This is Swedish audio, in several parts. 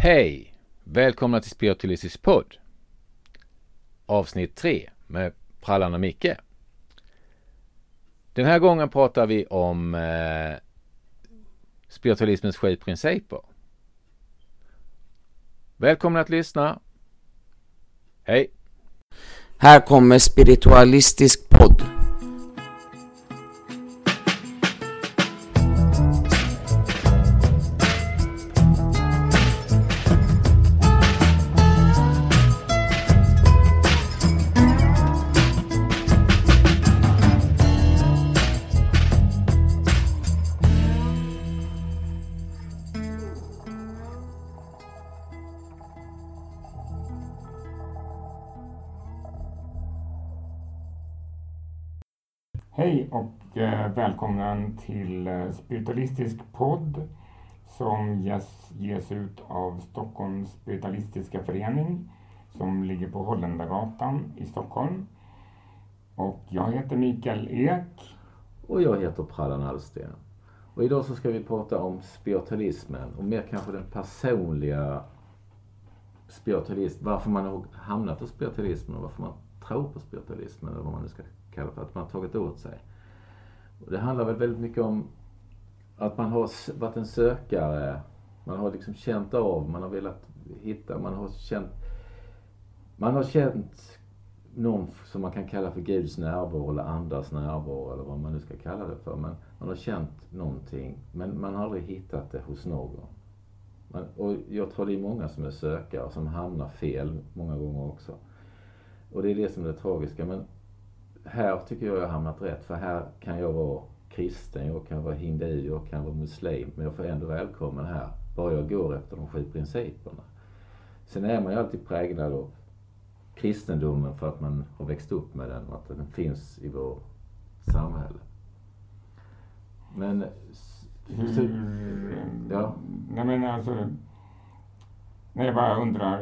Hej! Välkomna till Spiritualistisk podd. Avsnitt 3 med Prallan och Micke. Den här gången pratar vi om spiritualismens 7 principer. Välkomna att lyssna. Hej! Här kommer Spiritualistisk podd. Hej och välkomna till Spiritualistisk podd som ges ut av Stockholms spiritualistiska förening som ligger på Holländargatan i Stockholm. Och jag heter Mikael Ek. Och jag heter Prallan Alsten. Och idag så ska vi prata om spiritualismen och mer kanske den personliga spiritualismen. Varför man har hamnat på spiritualismen och varför man tror på spiritualismen eller vad man nu ska kalla för att man har tagit åt sig. Och det handlar väl väldigt mycket om att man har varit en sökare. Man har liksom känt av, man har velat hitta, man har känt någon som man kan kalla för Guds närvaro eller andras närvaro eller vad man nu ska kalla det för. Men man har känt någonting men man har aldrig hittat det hos någon. Och jag tror det är många som är sökare som hamnar fel många gånger också. Och det är det som är det tragiska. Men här tycker jag har hamnat rätt. För här kan jag vara kristen, jag kan vara hindu, jag kan vara muslim. Men jag får ändå välkommen här. Bara jag går efter de 7 principerna. Sen är man ju alltid präglad av kristendomen för att man har växt upp med den. Och att den finns i vår samhälle. Men... ja. Nej men alltså... Nej, jag bara undrar...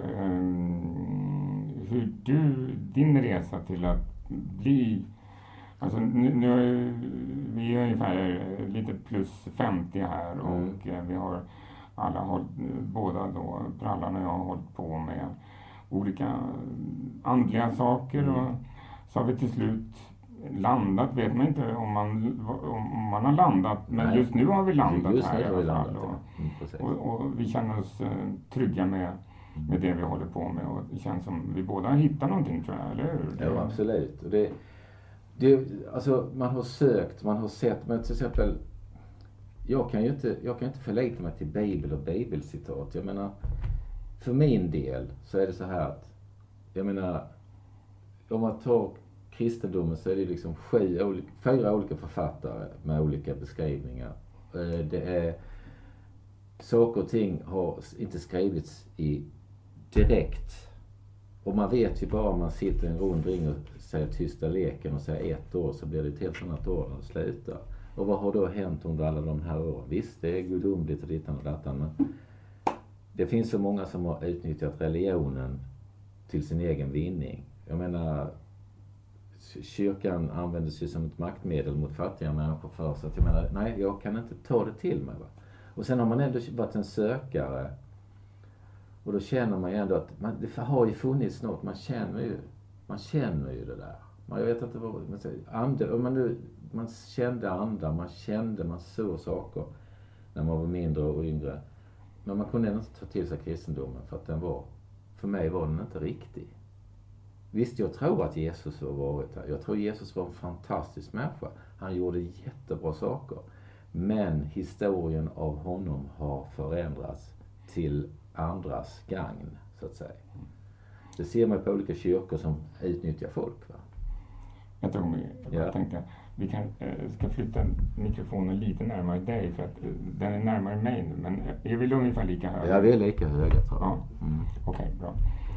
hur din resa till att bli, alltså nu är vi ungefär lite plus 50 här och vi har alla båda då, Prallan och jag har hållit på med olika andliga saker och så har vi till slut landat, vet man inte om man har landat, men nej, just nu har vi landat just här i alla fall och vi känner oss trygga med det vi håller på med och det känns som vi båda har hittat någonting, tror jag, eller hur? Ja, absolut. Och det alltså man har sökt, man har sett, men till exempel jag kan inte förlita mig till Bibel och bibelcitat. Jag menar, för min del så är det så här att, jag menar, om man tar kristendomen så är det liksom 4 olika författare med olika beskrivningar. Det är saker och ting har inte skrivits i direkt. Och man vet ju bara om man sitter i en rund ring och säger tysta leken och säger 1 år så blir det ett helt annat år när det slutar. Och vad har då hänt under alla de här åren? Visst, det är gudomligt och dittan och dattan, men det finns så många som har utnyttjat religionen till sin egen vinning. Jag menar, kyrkan användes ju som ett maktmedel mot fattiga människor för så att jag menar, nej, jag kan inte ta det till mig. Va? Och sen har man ändå varit en sökare. Och då känner man ju ändå att det har ju funnits något. Man känner ju det där. Jag vet inte vad man säger. Man kände andra. Man såg saker när man var mindre och yngre. Men man kunde ändå inte ta till sig kristendomen för att för mig var den inte riktig. Visst, jag tror att Jesus har varit här. Jag tror Jesus var en fantastisk människa. Han gjorde jättebra saker. Men historien av honom har förändrats till andras gagn, så att säga. Det ser man på olika kyrkor som utnyttjar folk. Va? Jag tänkte, vi ska flytta mikrofonen lite närmare dig för att den är närmare mig nu, men jag vill ungefär lika hög. Jag vill lika höga, tror jag. Ja. Okej, bra.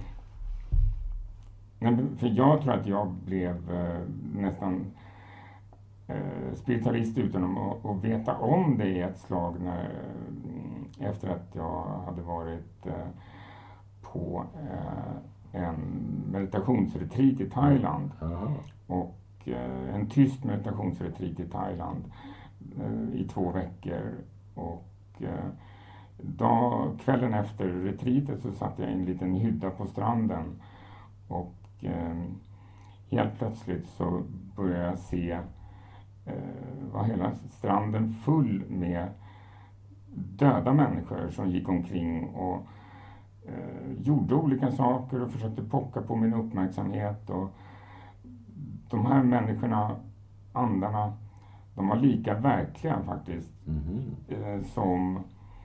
Men för jag tror att jag blev nästan spiritualist utan att veta om det ett slag efter att jag hade varit på en meditationsretreat i Thailand. Och en tyst meditationsretreat i Thailand i 2 veckor. Och Kvällen efter retreatet så satt jag i en liten hydda på stranden och helt plötsligt så började jag se var hela stranden full med döda människor som gick omkring och gjorde olika saker och försökte pocka på min uppmärksamhet. Och de här människorna, andarna, de var lika verkliga faktiskt som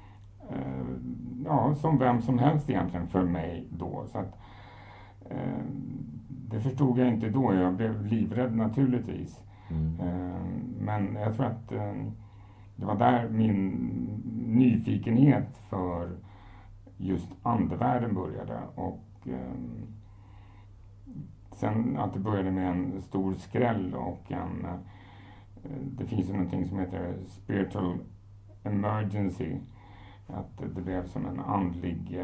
vem som helst egentligen för mig då. Så att, det förstod jag inte då. Jag blev livrädd naturligtvis. Men jag tror att det var där min nyfikenhet för just andevärlden började. Och sen att det började med en stor skräll och det finns ju någonting som heter spiritual emergency. Att det blev som en andlig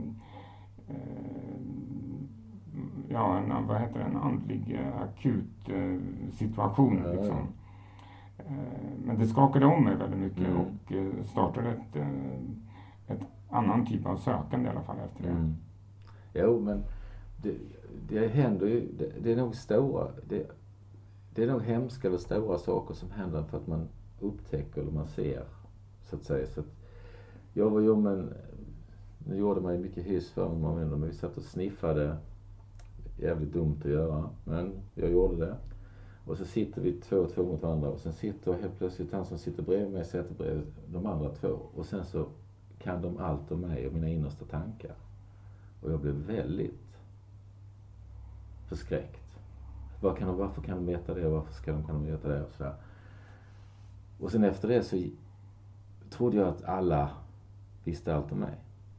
en andlig akut situation liksom. Men det skakade om mig väldigt mycket och startade ett annan typ av sökande i alla fall efter det. Jo, men det händer ju, det är nog stora, det är nog hemska eller stora saker som händer för att man upptäcker eller man ser, så att säga. Så att jag var ju nu gjorde man ju mycket hyss för men vi satt och sniffade, jävligt dumt att göra, men jag gjorde det. Och så sitter vi två mot varandra och sen sitter helt plötsligt han som sitter bredvid mig sätter bredvid de andra två. Och sen så kan de allt om mig och mina innersta tankar. Och jag blev väldigt förskräckt. Varför kan de veta det och varför kan de veta det och sådär. Och sen efter det så trodde jag att alla visste allt om mig.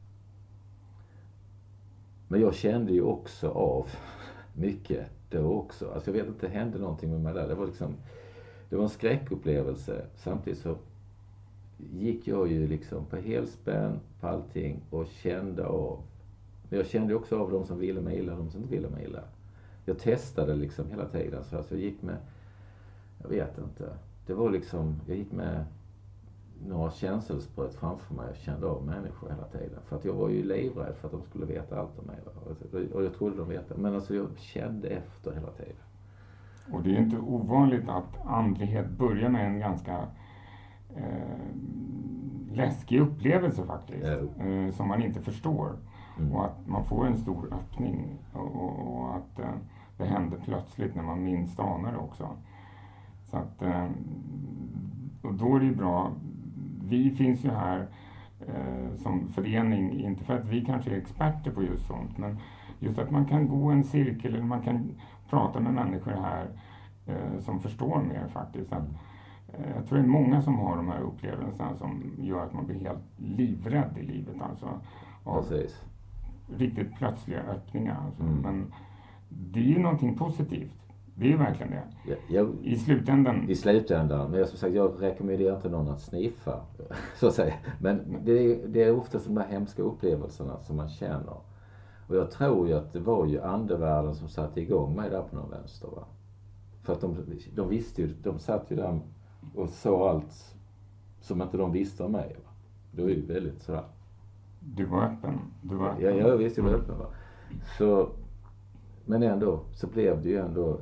Men jag kände ju också av mycket då också. Alltså jag vet inte, det hände någonting med mig där. Det var en skräckupplevelse. Samtidigt så gick jag ju liksom på helspänn på allting och kände av. Men jag kände också av de som ville mig illa och de som inte ville mig illa. Jag testade liksom hela tiden. Så jag gick med, jag vet inte. Det var liksom, jag gick med några känselspröt framför mig och kände av människor hela tiden. För att jag var ju livrädd för att de skulle veta allt om mig. Och jag trodde de vetade. Men alltså jag kände efter hela tiden. Och det är inte ovanligt att andlighet börjar med en ganska läskig upplevelse faktiskt. Som man inte förstår. Och att man får en stor öppning. Och att det händer plötsligt när man minst anar det också. Så att, och då är det ju bra. Vi finns ju här som förening, inte för att vi kanske är experter på just sånt, men just att man kan gå en cirkel eller man kan prata med människor här som förstår mer faktiskt. Att, jag tror det är många som har de här upplevelserna som gör att man blir helt livrädd i livet. Alltså, av riktigt plötsliga öppningar. Alltså. Men det är ju någonting positivt. Det är ju verkligen det. I slutändan. I slutändan. Men som sagt, jag rekommenderar inte någon att sniffa. Så att säga. Men det är oftast de där hemska upplevelserna som man känner. Och jag tror ju att det var ju andevärlden som satte igång mig där på någon vänster. Va? För att de visste ju, de satt ju där och såg allt som inte de visste om mig. Va? Det var ju väldigt sådär. Du var öppen. Ja, jag visste jag var öppen. Va? Så, men ändå så blev det ju ändå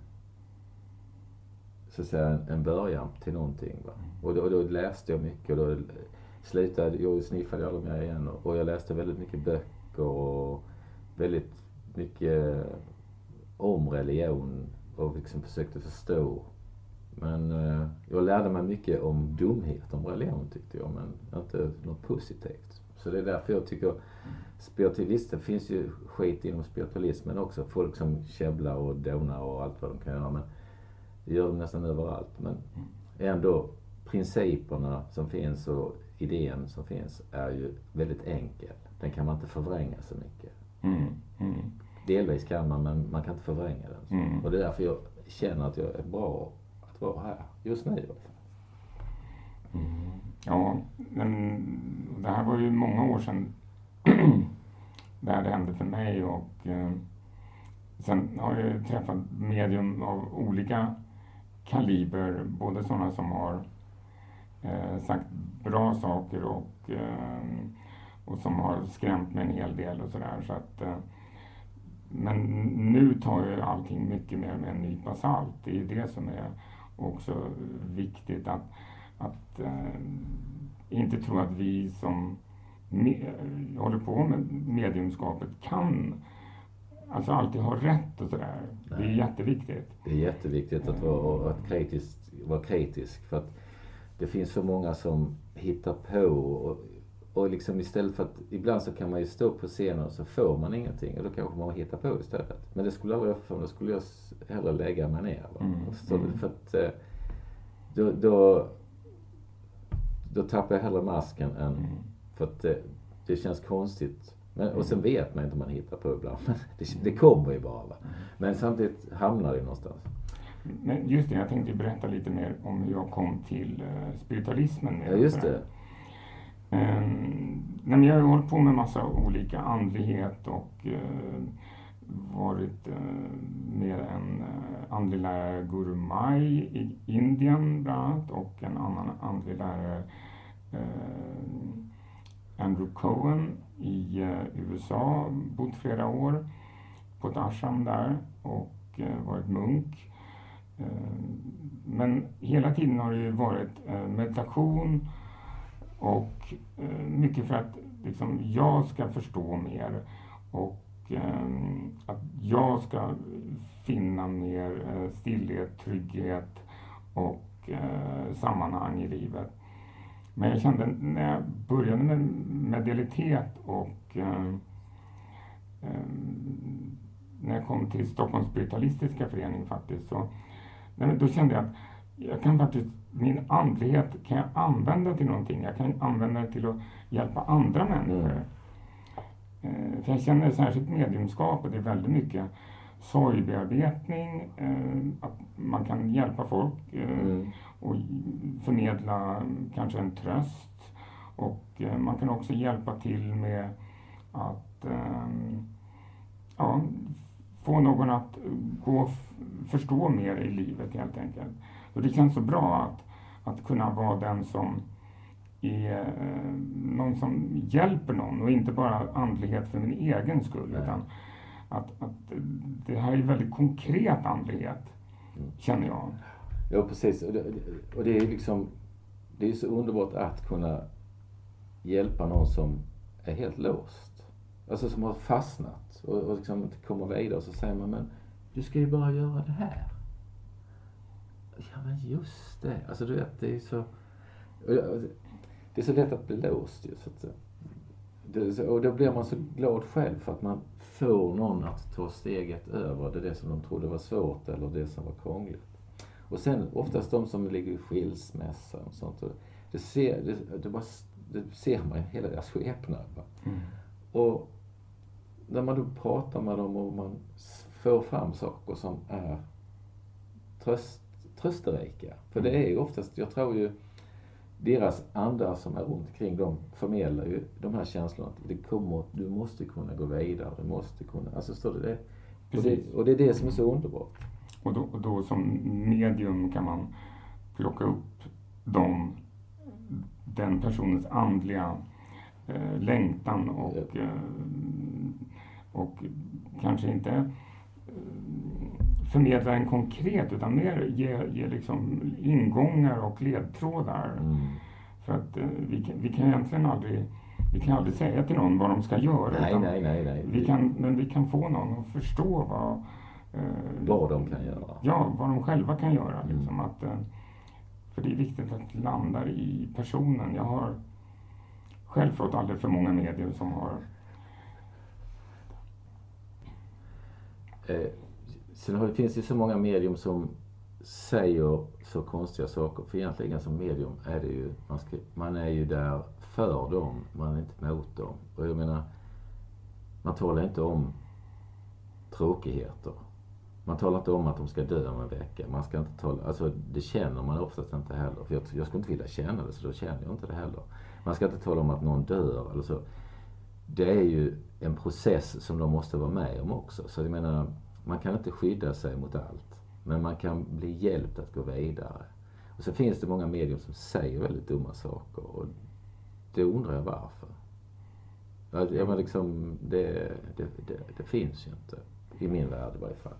en början till någonting. Va? Och då läste jag mycket och då sniffade jag aldrig mer igen. Och jag läste väldigt mycket böcker och väldigt mycket om religion och liksom försökte förstå. Men jag lärde mig mycket om dumhet, om religion tyckte jag, men inte något positivt. Så det är därför jag tycker spiritualister, det finns ju skit inom spiritualismen också. Folk som käbblar och donar och allt vad de kan göra, men det gör de nästan överallt. Men ändå, principerna som finns och idén som finns är ju väldigt enkel. Den kan man inte förvränga så mycket. Delvis kan man, men man kan inte förvränga den. Och det är därför jag känner att jag är bra att vara här, just nu i alla fall. Ja, men det här var ju många år sedan det här hände för mig och sen har jag ju träffat medium av olika kaliber, både sådana som har sagt bra saker och som har skrämt mig en hel del och sådär. Så att, men nu tar jag allting mycket mer med en nypa salt. Det är det som är också viktigt, att inte tro att vi som håller på med mediumskapet kan alltså alltid ha rätt och sådär. Det är jätteviktigt. Det är jätteviktigt att vara kritisk, för att det finns så många som hittar på och liksom istället för att ibland så kan man ju stå på scenen och så får man ingenting och då kanske man hittar på istället. Men det skulle aldrig jag få, då skulle jag hellre lägga mig ner. För att då tappar jag hellre masken än för att det känns konstigt. Men, och sen vet man inte om man hittar på ibland. Det kommer ju bara. Va? Men samtidigt hamnar det någonstans. Men just det, jag tänkte berätta lite mer om hur jag kom till spiritualismen. Ja, just det. Men jag har hållit på med massa olika andlighet och varit med en andlig lärare, Guru Mai, i Indien bland annat, och en annan andlig lärare, Andrew Cohen, i USA, bott flera år på ett ashram där och varit munk. Men hela tiden har det ju varit meditation och mycket för att liksom, jag ska förstå mer och att jag ska finna mer stillhet, trygghet och sammanhang i livet. Men jag kände när jag började med medialitet och när jag kom till Stockholms spiritualistiska förening faktiskt, så då kände jag att jag kan faktiskt, min andlighet kan jag använda till någonting. Jag kan använda det till att hjälpa andra människor. För jag känner särskilt mediumskapet, det är väldigt mycket sorgbearbetning, att man kan hjälpa folk och förmedla kanske en tröst, och man kan också hjälpa till med att få någon att förstå mer i livet helt enkelt. Och det känns så bra att kunna vara den som är någon som hjälper någon och inte bara andlighet för min egen skull. Nej. Utan att det här är väldigt konkret andlighet, känner jag. Ja, precis. Och det är liksom, det är så underbart att kunna hjälpa någon som är helt låst. Alltså som har fastnat och liksom inte kommer vidare, och så säger man, men du ska ju bara göra det här. Ja, men just det. Alltså du vet, det är så, det är så lätt att bli låst ju, så att säga. Och då blir man så glad själv för att man får någon att ta steget över det som de trodde var svårt eller det som var krångligt. Och sen oftast de som ligger i skilsmässa och sånt, det ser man hela deras skepnad. Och när man då pratar med dem och man får fram saker som är trösterika. För det är ju oftast, jag tror ju, deras andar som är runt omkring dem förmedlar ju de här känslorna. Du måste kunna gå vidare, du måste kunna, alltså står det. Och det är det som är så underbart. Och då som medium kan man plocka upp den personens andliga längtan och kanske inte förmedla en konkret, utan mer ge liksom ingångar och ledtrådar. För att vi kan egentligen aldrig säga till någon vad de ska göra. Nej. Men vi kan få någon att förstå vad de kan göra. Ja, vad de själva kan göra. Liksom, för det är viktigt att landa i personen. Jag har själv fått alldeles för många medier som har... Sen finns det så många medium som säger så konstiga saker. För egentligen som medium är det ju, man är ju där för dem, man är inte mot dem. Och jag menar, man talar inte om tråkigheter. Man talar inte om att de ska dö om en vecka. Man ska inte tala, alltså det känner man oftast inte heller. För jag skulle inte vilja känna det, så då känner jag inte det heller. Man ska inte tala om att någon dör eller så. Det är ju en process som de måste vara med om också. Så jag menar, man kan inte skydda sig mot allt. Men man kan bli hjälpt att gå vidare. Och så finns det många medium som säger väldigt dumma saker. Och det undrar jag varför. Ja, men liksom, det finns ju inte. I min värld i varje fall.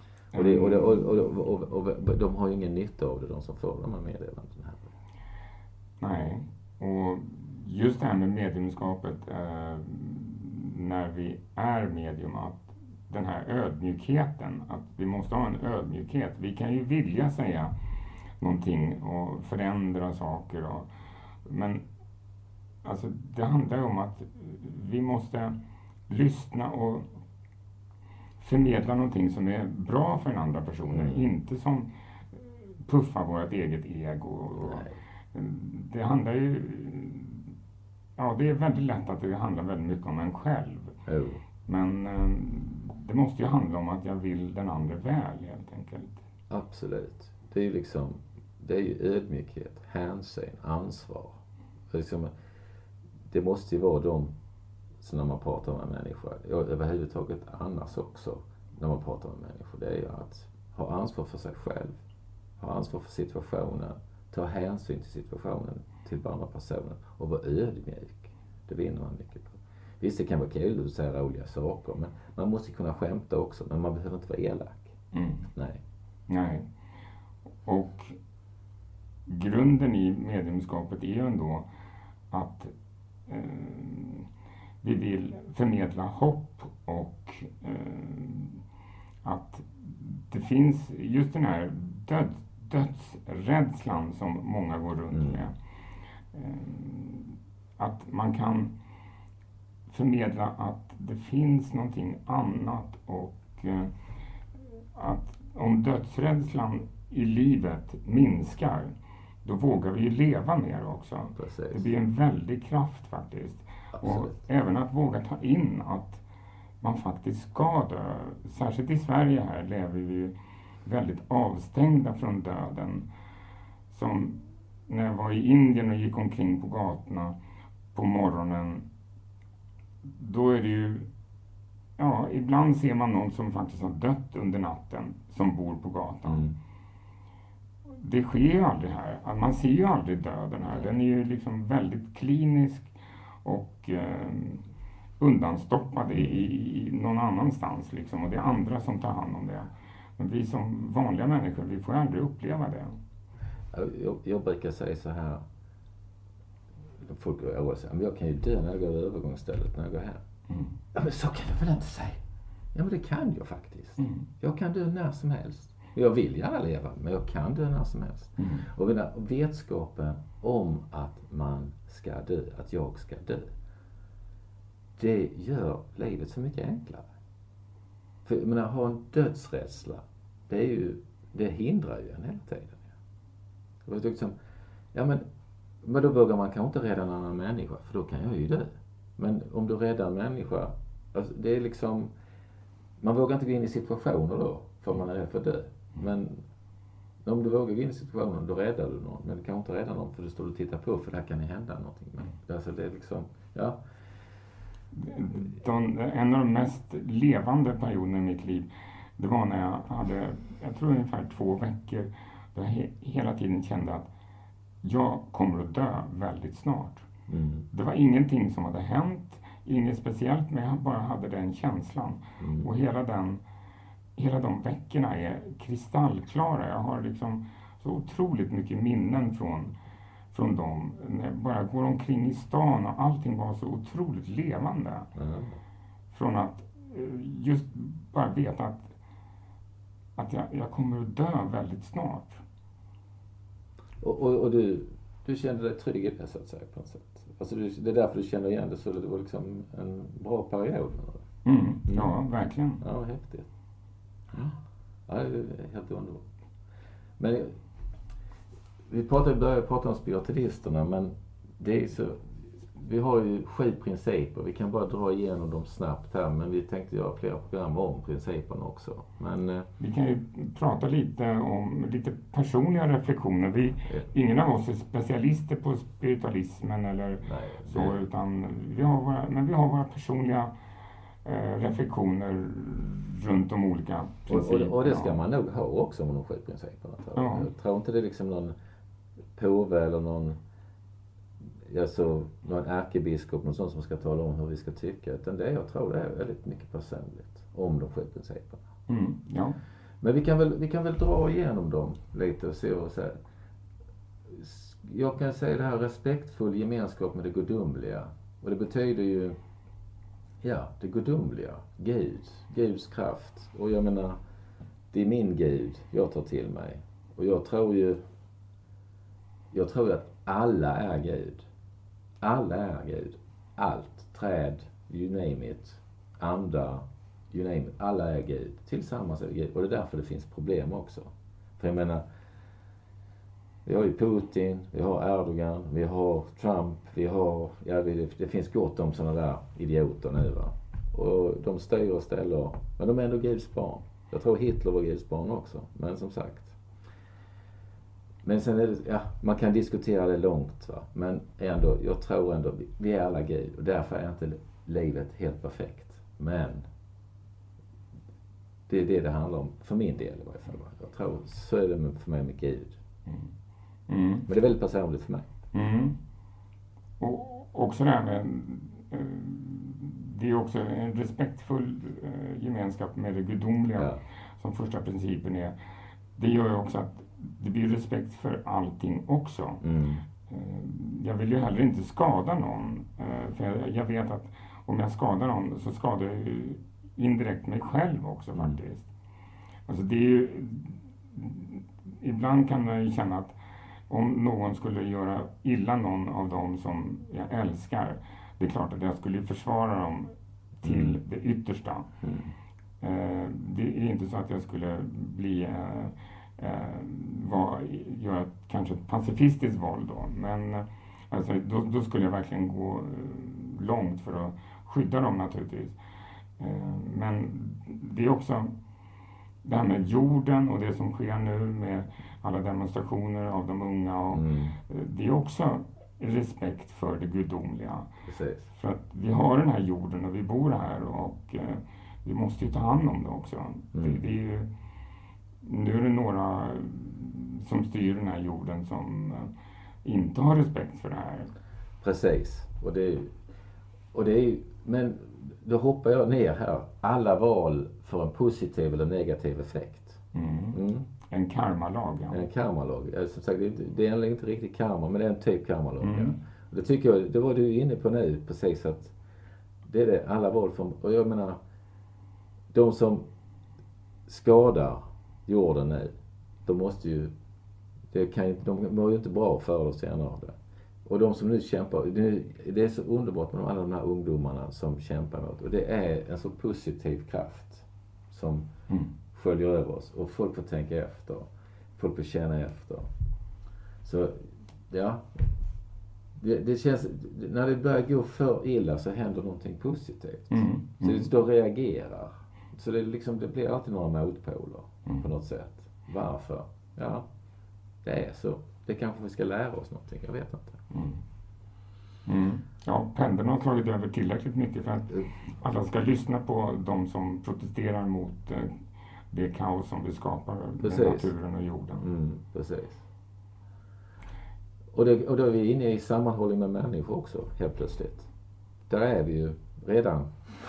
Och de har ju ingen nytta av det, de som får de här meddelandena här. Nej, och just det här med mediumskapet, när vi är medium, att den här ödmjukheten, att vi måste ha en ödmjukhet. Vi kan ju vilja säga någonting och förändra saker, men alltså, det handlar ju om att vi måste lyssna och förmedla någonting som är bra för den andra personen, inte som puffar vårt eget ego. Det handlar ju, det är väldigt lätt att det handlar väldigt mycket om en själv. Men det måste ju handla om att jag vill den andra väl, helt enkelt. Absolut. Det är ju liksom, det är ju ödmjukhet, hänsyn, ansvar. Liksom, det måste ju vara de, så när man pratar med människor, överhuvudtaget annars också, när man pratar med människor, det är ju att ha ansvar för sig själv, ha ansvar för situationen, ta hänsyn till situationen, till andra personer och vara ödmjuk. Det vinner man mycket på. Visst, det kan vara kul att säga roliga saker, men man måste kunna skämta också, men man behöver inte vara elak. Nej. Och grunden i mediumskapet är ju ändå att vi vill förmedla hopp och att det finns just den här dödsrädslan som många går runt med. Att man kan förmedla att det finns någonting annat, och att om dödsrädslan i livet minskar, då vågar vi leva mer också. Precis. Det blir en väldig kraft faktiskt. Absolut. Och även att våga ta in att man faktiskt ska dö. Särskilt i Sverige här lever vi väldigt avstängda från döden. Som när jag var i Indien och gick omkring på gatorna på morgonen, då är det ju, ibland ser man någon som faktiskt har dött under natten som bor på gatan. Det sker ju aldrig här. Man ser ju aldrig döden här. Den är ju liksom väldigt klinisk och undanstoppad i någon annanstans liksom. Och det är andra som tar hand om det. Men vi som vanliga människor, vi får aldrig uppleva det. Jag brukar säga så här. Folk säger, men jag kan ju dö när jag går över övergångsstället, när jag går här. Ja, men så kan du väl inte säga? Ja, men det kan jag faktiskt. Jag kan dö när som helst. Jag vill gärna leva, men jag kan dö när som helst. Och vetskapen om att man ska dö, att jag ska dö, det gör livet så mycket enklare. För jag menar, ha en dödsrädsla, det hindrar ju en hela tiden. Det var liksom, men då vågar man kanske inte rädda en annan människa, för då kan jag ju dö. Men om du räddar en människa, alltså det är liksom, man vågar inte gå in i situationer då, för man är rädd för att dö. Men om du vågar gå in i situationen, då räddar du någon. Men du kan inte rädda någon, för du står och tittar på, för det här kan hända någonting. Men alltså det är liksom, En av de mest levande perioderna i mitt liv, det var när jag tror ungefär 2 veckor, där jag hela tiden kände att jag kommer att dö väldigt snart. Det var ingenting som hade hänt, inget speciellt, men jag bara hade den känslan. Och hela de veckorna är kristallklara. Jag har liksom så otroligt mycket minnen från dem. När jag bara går omkring i stan och allting var så otroligt levande. Från att just bara veta att jag kommer att dö väldigt snart. Och du kände dig trygg i det, så att säga, på något sätt. Alltså det är därför du känner igen det, så det var liksom en bra period. Ja, verkligen. Ja, häftigt. Ja, det är helt underbart. Men vi började prata om spiritualisterna, men det är så, vi har ju 7 principer. Vi kan bara dra igenom dem snabbt här, men vi tänkte göra flera program om principerna också. Men vi kan ju prata lite om lite personliga reflektioner. Ingen av oss är specialister på spiritualismen eller så, utan vi har våra personliga reflektioner runt de olika principerna. Och det ska man nog ha också om de 7 principerna. Jag tror inte det är liksom någon påve eller någon ärkebiskop, någon sån som ska tala om hur vi ska tycka. Utan jag tror det är väldigt mycket personligt om de 7 principerna. Ja. Men vi kan väl dra igenom dem lite och se vad så här. Jag kan säga det här, respektfull gemenskap med det gudomliga. Och det betyder ju, det gudomliga. Guds kraft. Och jag menar, det är min Gud jag tar till mig. Och jag tror att alla är Gud. Alla är Gud. Allt. Träd, you name it. Andar, you name it. Alla är Gud. Tillsammans är Gud. Och det är därför det finns problem också. För jag menar, vi har ju Putin, vi har Erdogan, vi har Trump, det finns gott om sådana där idioter nu, va. Och de styr och ställer, men de är ändå Guds barn. Jag tror Hitler var Guds barn också, men som sagt. Men sen är det, man kan diskutera det långt, va. Men ändå, jag tror ändå, vi är alla Gud. Och därför är inte livet helt perfekt. Men det är det handlar om, för min del i varje fall. Jag tror, så är det för mig med Gud. Men det är väldigt personligt för mig. Och också det här med, det är också en respektfull gemenskap med det gudomliga som första principen är. Det gör ju också att det blir respekt för allting också. Jag vill ju heller inte skada någon. För jag vet att om jag skadar någon så skadar jag ju indirekt mig själv också faktiskt. Alltså det är ju, ibland kan man ju känna att om någon skulle göra illa någon av dem som jag älskar, det är klart att jag skulle försvara dem till det yttersta. Det är inte så att jag skulle bli göra kanske ett pacifistiskt våld då, men alltså, då skulle jag verkligen gå långt för att skydda dem naturligtvis. Men det är också det här med jorden och det som sker nu med alla demonstrationer av de unga. Och det är också respekt för det gudomliga. Precis. För att vi har den här jorden och vi bor här och vi måste ju ta hand om det också. Det är ju, nu är det några som styr den här jorden som inte har respekt för det här. Precis. Och det är ju, men då hoppar jag ner här. Alla val för en positiv eller negativ effekt. En karmalag. Ja. En karmalag. Som sagt, det är egentligen inte riktigt karma, men det är en typ karmalag. Och det tycker jag, det var du inne på nu precis, att det är det alla val för. Och jag menar, de som skadar jorden nu, de måste ju, de mår ju inte bra förr eller senare av det. Och de som nu kämpar, det är så underbart med alla de här ungdomarna som kämpar mot. Och det är en så positiv kraft som sköljer över oss. Och folk får tänka efter. Folk får känna efter. Så, det känns, när det börjar gå för illa så händer någonting positivt. Så det då reagerar. Så det blir alltid några motpoler på något sätt. Varför? Ja, det är så. Det kanske vi ska lära oss någonting, jag vet inte. Ja, pendeln har slagit över tillräckligt mycket för att alla ska lyssna på de som protesterar mot det kaos som vi skapar med naturen och jorden. Precis. Och då är vi inne i sammanhållning med människor också, helt plötsligt. Där är vi ju redan.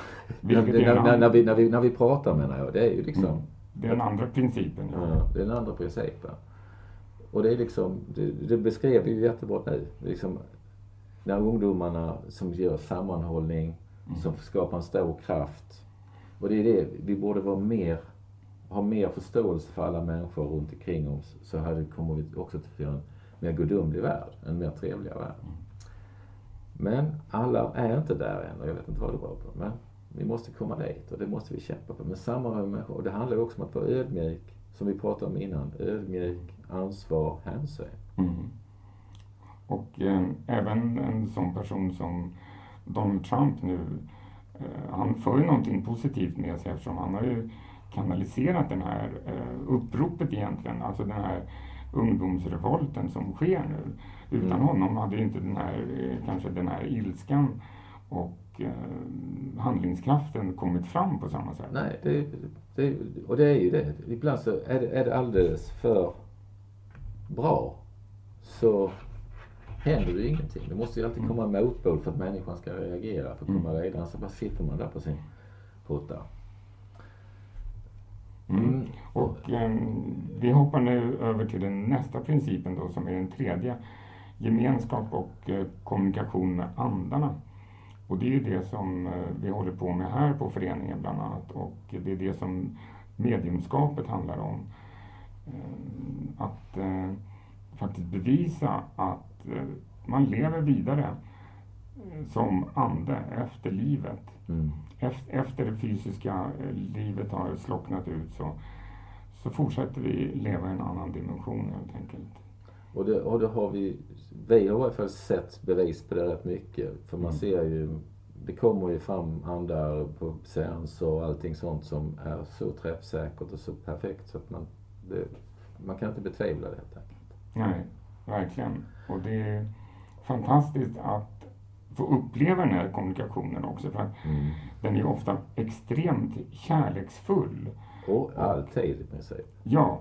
När vi pratar, menar jag, det är ju liksom... Det är den andra principen. Ja, det är den andra principen. Och det är liksom, det beskrev vi ju jättebra nu. Liksom, när ungdomarna som gör sammanhållning, som skapar en stor kraft. Och det är det, vi borde ha mer förståelse för alla människor runt omkring oss. Så kommer vi också till en mer gudomlig värld, en mer trevligare värld. Men alla är inte där än, och jag vet inte vad det beror på. Men vi måste komma dit, och det måste vi kämpa för. Men sammanhållning med människor, och det handlar också om att vara ödmjuk, som vi pratade om innan. Ödmjuk, ansvar, hänsyn. Och även en sån person som Donald Trump nu, han för ju någonting positivt med sig, eftersom han har ju kanaliserat den här uppropet egentligen, alltså den här ungdomsrevolten som sker nu. Utan honom hade ju inte kanske den här ilskan och handlingskraften kommit fram på samma sätt. Nej, och det är ju det. Ibland så är det alldeles för bra. så händer det ingenting. Det måste ju alltid komma en motpol för att människan ska reagera, för att komma vidare. Så bara sitter man där på sin potta. Och vi hoppar nu över till den nästa principen då, som är den tredje. Gemenskap och kommunikation med andarna. Och det är ju det som vi håller på med här på föreningen bland annat. Och det är det som mediumskapet handlar om. Att faktiskt bevisa att man lever vidare som ande efter livet. Efter det fysiska livet har slocknat ut så fortsätter vi leva i en annan dimension helt enkelt. Och det har vi har i alla fall sett bevis på det rätt mycket. För man ser ju, det kommer ju fram andar på seanser och allting sånt som är så träffsäkert och så perfekt så att man kan inte betvivla det helt enkelt. Nej, verkligen. Och det är fantastiskt att få uppleva den här kommunikationen också, för att den är ofta extremt kärleksfull. Och alltid i princip. Ja.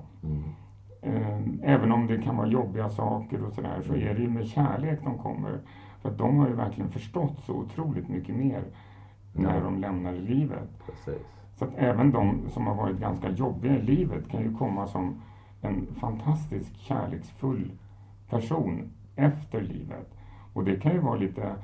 Även om det kan vara jobbiga saker och sådär, så är det ju med kärlek de kommer. För att de har ju verkligen förstått så otroligt mycket mer när de lämnar livet. Precis. Så att även de som har varit ganska jobbiga i livet kan ju komma som en fantastisk kärleksfull person efter livet. Och det kan ju vara lite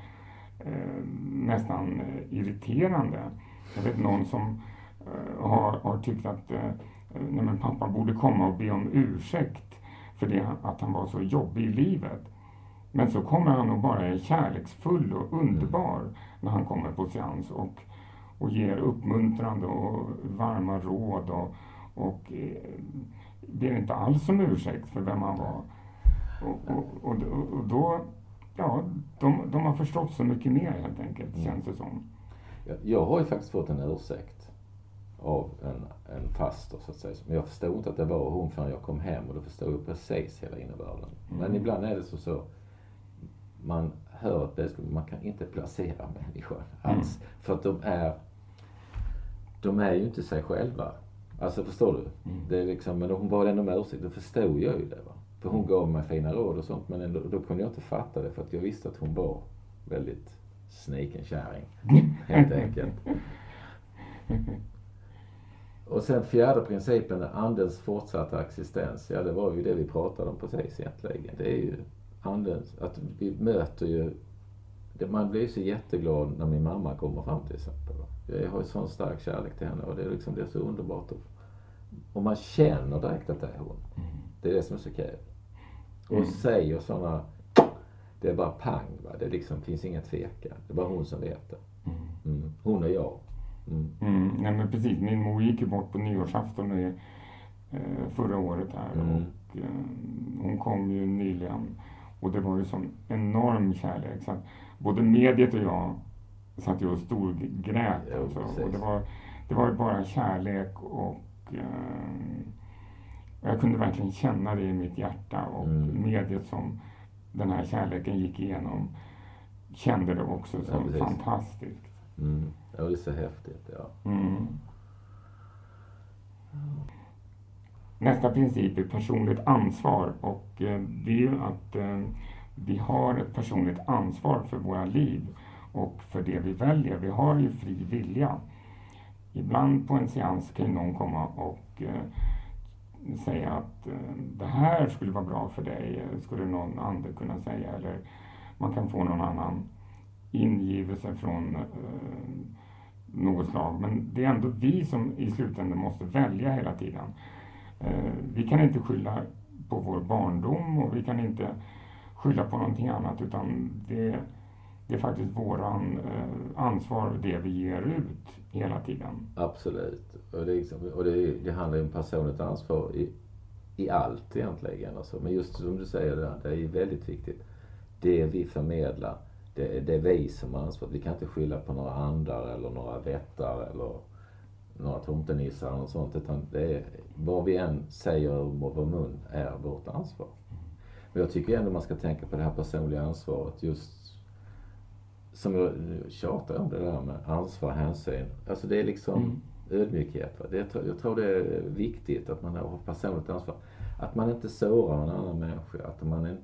nästan irriterande. Jag vet någon som har tyckt att nej, men pappa borde komma och be om ursäkt för det, att han var så jobbig i livet. Men så kommer han och bara är kärleksfull och underbar när han kommer på seans och ger uppmuntrande och varma råd och ber inte alls om ursäkt för vem han var. Och då, ja, de har förstått så mycket mer helt enkelt, känns det som. Jag har ju faktiskt fått en ursäkt av en pastor så att säga. Men jag förstod inte att det var hon förrän jag kom hem, och då förstod jag precis hela innebörden. Men ibland är det så man hör ett budskap, man kan inte placera människan alls. För att de är ju inte sig själva. Alltså förstår du? Det är liksom, men hon bad ändå med ursäkt, då förstod jag ju det, va. För hon gav mig fina råd och sånt, men ändå, då kunde jag inte fatta det, för att jag visste att hon var väldigt sniken kärring, helt enkelt. Och sen fjärde principen, andens fortsatta existens. Ja, det var ju det vi pratade om precis egentligen. Det är ju andens, att vi möter ju, man blir så jätteglad när min mamma kommer fram till exempel. Jag har ju sån stark kärlek till henne, och det är liksom, det är så underbart. Och man känner direkt att det är hon. Det är det som är så kul. Och säger sådana, det är bara pang, va? Det liksom finns inga tvekan. Det är bara hon som vet det. Hon och jag. Nej, men precis, min mor gick ju bort på nyårsafton förra året här. Och hon kom ju nyligen. Och det var ju sån enorm kärlek. Så att både mediet och jag satt ju och storgrät. Ja, och det var ju bara kärlek, och jag kunde verkligen känna det i mitt hjärta. Och mediet som den här kärleken gick igenom kände det också som fantastiskt. Ja, det är så häftigt, ja. Nästa princip är personligt ansvar, och det är ju att vi har ett personligt ansvar för våra liv och för det vi väljer. Vi har ju fri vilja. Ibland på en seans kan någon komma och säga att det här skulle vara bra för dig, skulle någon ande kunna säga, eller man kan få någon annan ingivelse från något slag. Men det är ändå vi som i slutändan måste välja hela tiden. Vi kan inte skylla på vår barndom, och vi kan inte skylla på någonting annat, utan det är faktiskt våran ansvar, det vi ger ut hela tiden. Absolut. Och det handlar ju om personligt ansvar i allt egentligen. Alltså. Men just som du säger, det är ju väldigt viktigt. Det vi förmedlar, det är vi som har ansvar. Vi kan inte skylla på några andar eller några vättar eller några tomtenissar eller något sånt, utan det är, vad vi än säger ur vår mun är vårt ansvar. Men jag tycker ändå man ska tänka på det här personliga ansvaret, just som jag tjatar om det där med ansvar, hänsyn. Alltså det är liksom ödmjukhet. Va? Jag tror det är viktigt att man har personligt ansvar. att man inte sårar en annan människa. Att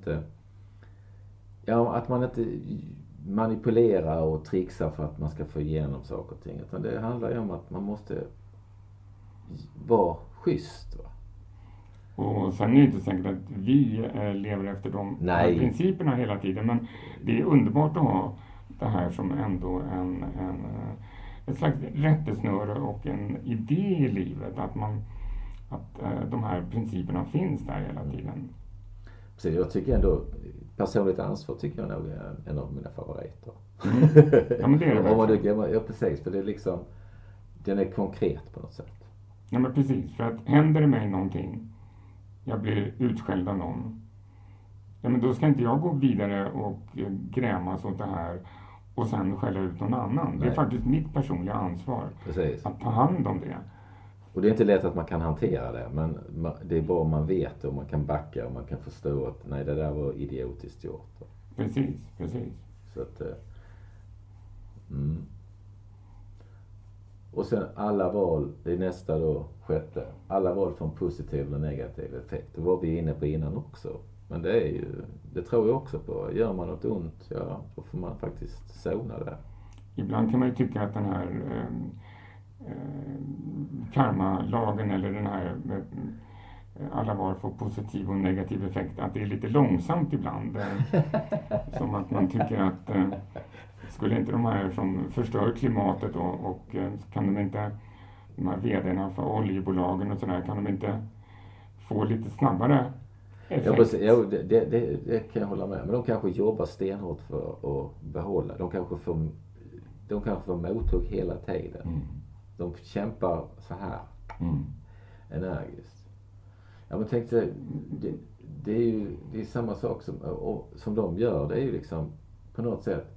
man inte manipulerar och trixar för att man ska få igenom saker och ting. Utan det handlar ju om att man måste vara schysst. Va? Och sen är det inte säkert att vi lever efter de här principerna hela tiden. Men det är underbart att ha det här som ändå ett slags rättesnöre och en idé i livet. Att de här principerna finns där hela tiden. Precis, jag tycker ändå, personligt ansvar tycker jag nog är en av mina favoriter. Ja, men det är det. Ja, precis, för det är liksom, den är konkret på något sätt. Ja, men precis, för att händer det mig någonting, jag blir utskälld av någon, ja, men då ska inte jag gå vidare och grämas åt det här och sen skälla ut någon annan. Nej. Det är faktiskt mitt personliga ansvar. Precis. Att ta hand om det. Och det är inte lätt att man kan hantera det, men det är bra om man vet det och man kan backa och man kan förstå att nej, det där var idiotiskt gjort. Precis. Så att, Och sen alla val, det är nästa då, 6. Alla val får en positiv och negativ effekt. Det var vi inne på innan också. Men det tror jag också på. Gör man något ont, ja, då får man faktiskt sona det. Ibland kan man ju tycka att den här karmalagen eller den här alla val får positiv och negativ effekt, att det är lite långsamt ibland. Som att man tycker att skulle inte de här som förstör klimatet och kan de inte, de här vdarna för oljebolagen och sådär, kan de inte få lite snabbare effekt? Ja, det kan jag hålla med. Men de kanske jobbar stenhårt för att behålla. De kanske får mothugg hela tiden. De kämpar så här energiskt. Ja, men tänk dig, det är samma sak som de gör. Det är ju liksom på något sätt,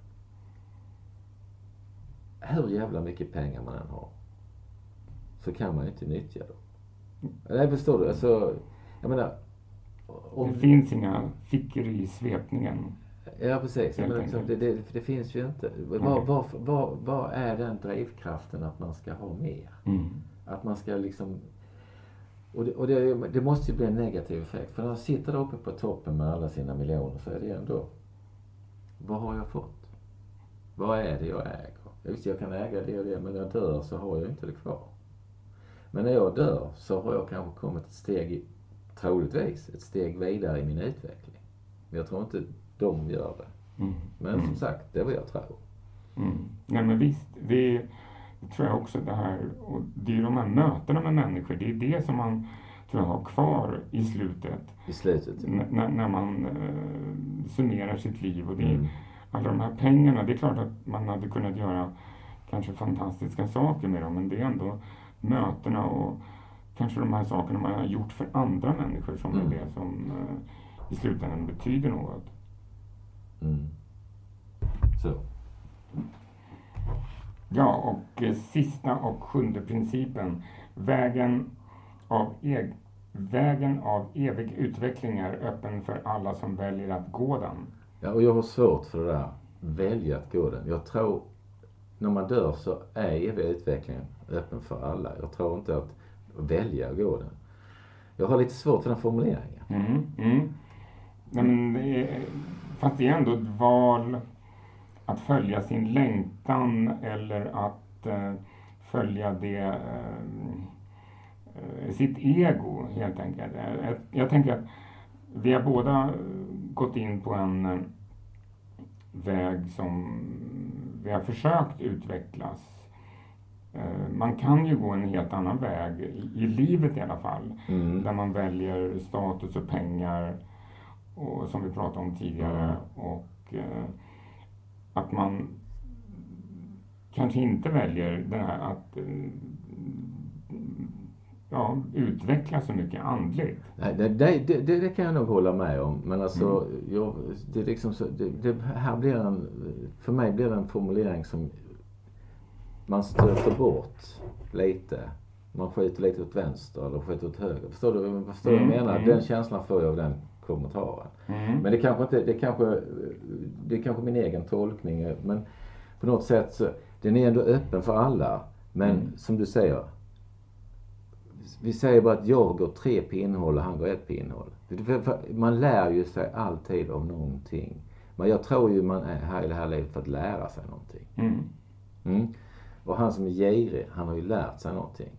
hur jävla mycket pengar man än har, så kan man inte nyttja dem. Nej, förstår du? Alltså, jag menar, det finns inga fickor i svepningen. Ja, precis. Men liksom, det finns ju inte. Vad är den drivkraften att man ska ha mer? Att man ska liksom... Och det måste ju bli en negativ effekt. För när man sitter där uppe på toppen med alla sina miljoner, så är det ändå... Vad har jag fått? Vad är det jag äger? Visst, jag kan äga det och det, men när jag dör så har jag inte det kvar. Men när jag dör så har jag kanske kommit troligtvis ett steg vidare i min utveckling. Men jag tror inte de gör det. Men som sagt, det är vad jag tror. Nej, men visst, det tror jag också det här. Och det är ju de här mötena med människor, det är det som man tror jag har kvar i slutet. När man summerar sitt liv. Och det är alla de här pengarna, det är klart att man hade kunnat göra kanske fantastiska saker med dem, men det är ändå mötena och kanske de här sakerna man har gjort för andra människor som är det som i slutändan betyder något. Så. Ja, och sista och 7:e principen. Vägen av evig utveckling är öppen för alla som väljer att gå den. Ja, och jag har svårt för det där. Välja att gå den. Jag tror, när man dör så är evig utveckling öppen för alla. Jag tror inte att välja att gå den. Jag har lite svårt för den formuleringen. Men fast det är ändå ett val att följa sin längtan eller att följa sitt ego helt enkelt. Jag tänker att vi har båda gått in på en väg som vi har försökt utvecklas. Man kan ju gå en helt annan väg i livet i alla fall. Där man väljer status och pengar och som vi pratade om tidigare. Och att man kanske inte väljer det här att utveckla så mycket andligt. Nej, det kan jag nog hålla med om. Men alltså, det är liksom så, det här blir för mig blir det en formulering som man stöter bort lite. Man skjuter lite åt vänster eller skjuter åt höger. Förstår du vad jag menar? Den känslan får jag av den kommentaren. Men det kanske inte, det är kanske min egen tolkning. Men på något sätt så, den är ändå öppen för alla. Men som du säger, vi säger bara att jag går 3 pinnhål och han går 1 pinnhål. Man lär ju sig alltid av någonting. Men jag tror ju man är här i det här livet för att lära sig någonting. Och han som är girig, han har ju lärt sig någonting.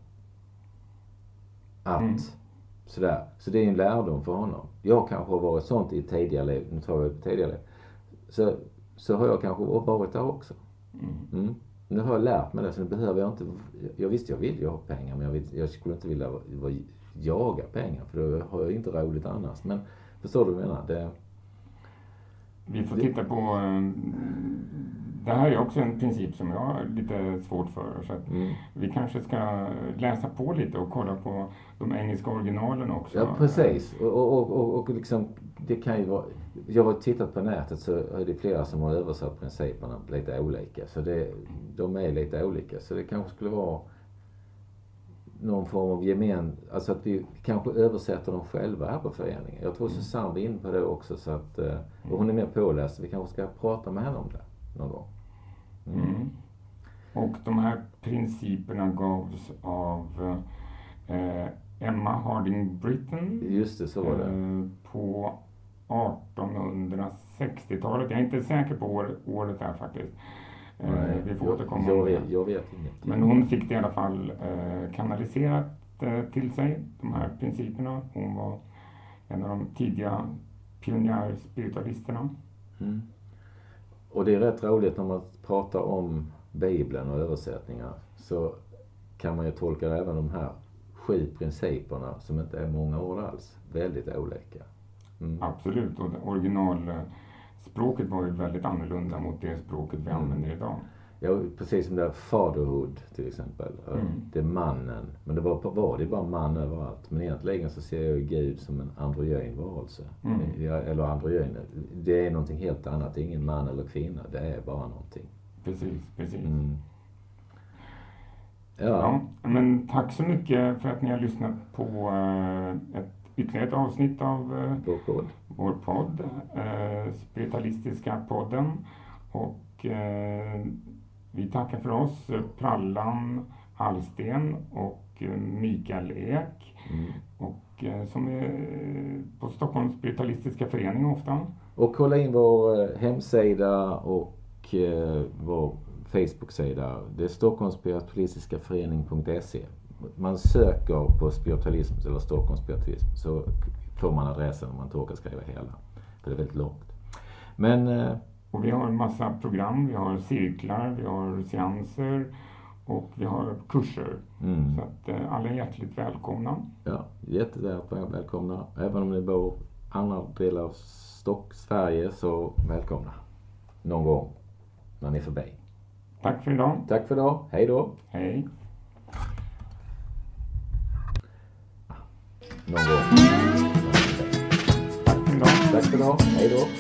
Sådär. Så det är en lärdom för honom. Jag kanske har varit sånt i tidigare liv. Nu tar jag tidigare liv. Så har jag kanske varit där också. Nu har jag lärt mig det, så nu behöver jag inte... Jag visste jag vill ju ha pengar, men jag skulle inte vilja jaga pengar, för då har jag inte roligt annars. Men förstår du vad jag menar? Vi får titta på... Det här är också en princip som jag har lite svårt för. Så att vi kanske ska läsa på lite och kolla på de engelska originalen också. Ja, precis. Och liksom, det kan ju vara... Jag har tittat på nätet, så är det flera som har översatt principerna lite olika. Så de är lite olika. Så det kanske skulle vara någon form av alltså att vi kanske översätter dem själva här på föreningen. Jag tror Susanne var inne på det också, så att, och hon är mer påläst. Vi kanske ska prata med henne om det någon gång. Och de här principerna gavs av Emma Harding Britten. Just det, så var det. På 1860-talet. Jag är inte säker på året här faktiskt. Nej, vi får återkomma. Jag vet inget. Men hon fick det i alla fall kanaliserat till sig, de här principerna. Hon var en av de tidiga pionjärspiritualisterna. Och det är rätt roligt när man pratar om Bibeln och översättningar, så kan man ju tolka även de här 7 principerna, som inte är många ord alls, väldigt olika. Absolut, och originalspråket var ju väldigt annorlunda mot det språket vi använder idag. Ja, precis som det där fatherhood till exempel. Det är mannen. Men det var det bara man överallt. Men egentligen så ser jag Gud som en androgyn varelse. Eller androgyn. Det är någonting helt annat. Det är ingen man eller kvinna. Det är bara någonting. Precis. Ja, men tack så mycket för att ni har lyssnat på ytterligare ett avsnitt av vår podd. Spiritualistiska podden. Och vi tackar för oss, Prallan Hallsten och Mikael Ek. Och som är på Stockholms spiritualistiska förening ofta. Och kolla in vår hemsida och vår Facebook-sida. Det är stockholmsspiritualistiskaförening.se. Man söker på spiritualism eller Stockholms spiritualism, så får man adressen om man inte orkar skriva hela. För det är väldigt långt. Men... Och vi har en massa program, vi har cirklar, vi har seanser och vi har kurser. Så att alla är hjärtligt välkomna. Ja, välkomna. Även om ni bor i andra delar av Sverige, så välkomna. Någon gång när ni är förbi. Tack för idag. Tack för idag. Hej då. Hej. Någon gång. Tack för idag. Tack för idag. Hej då.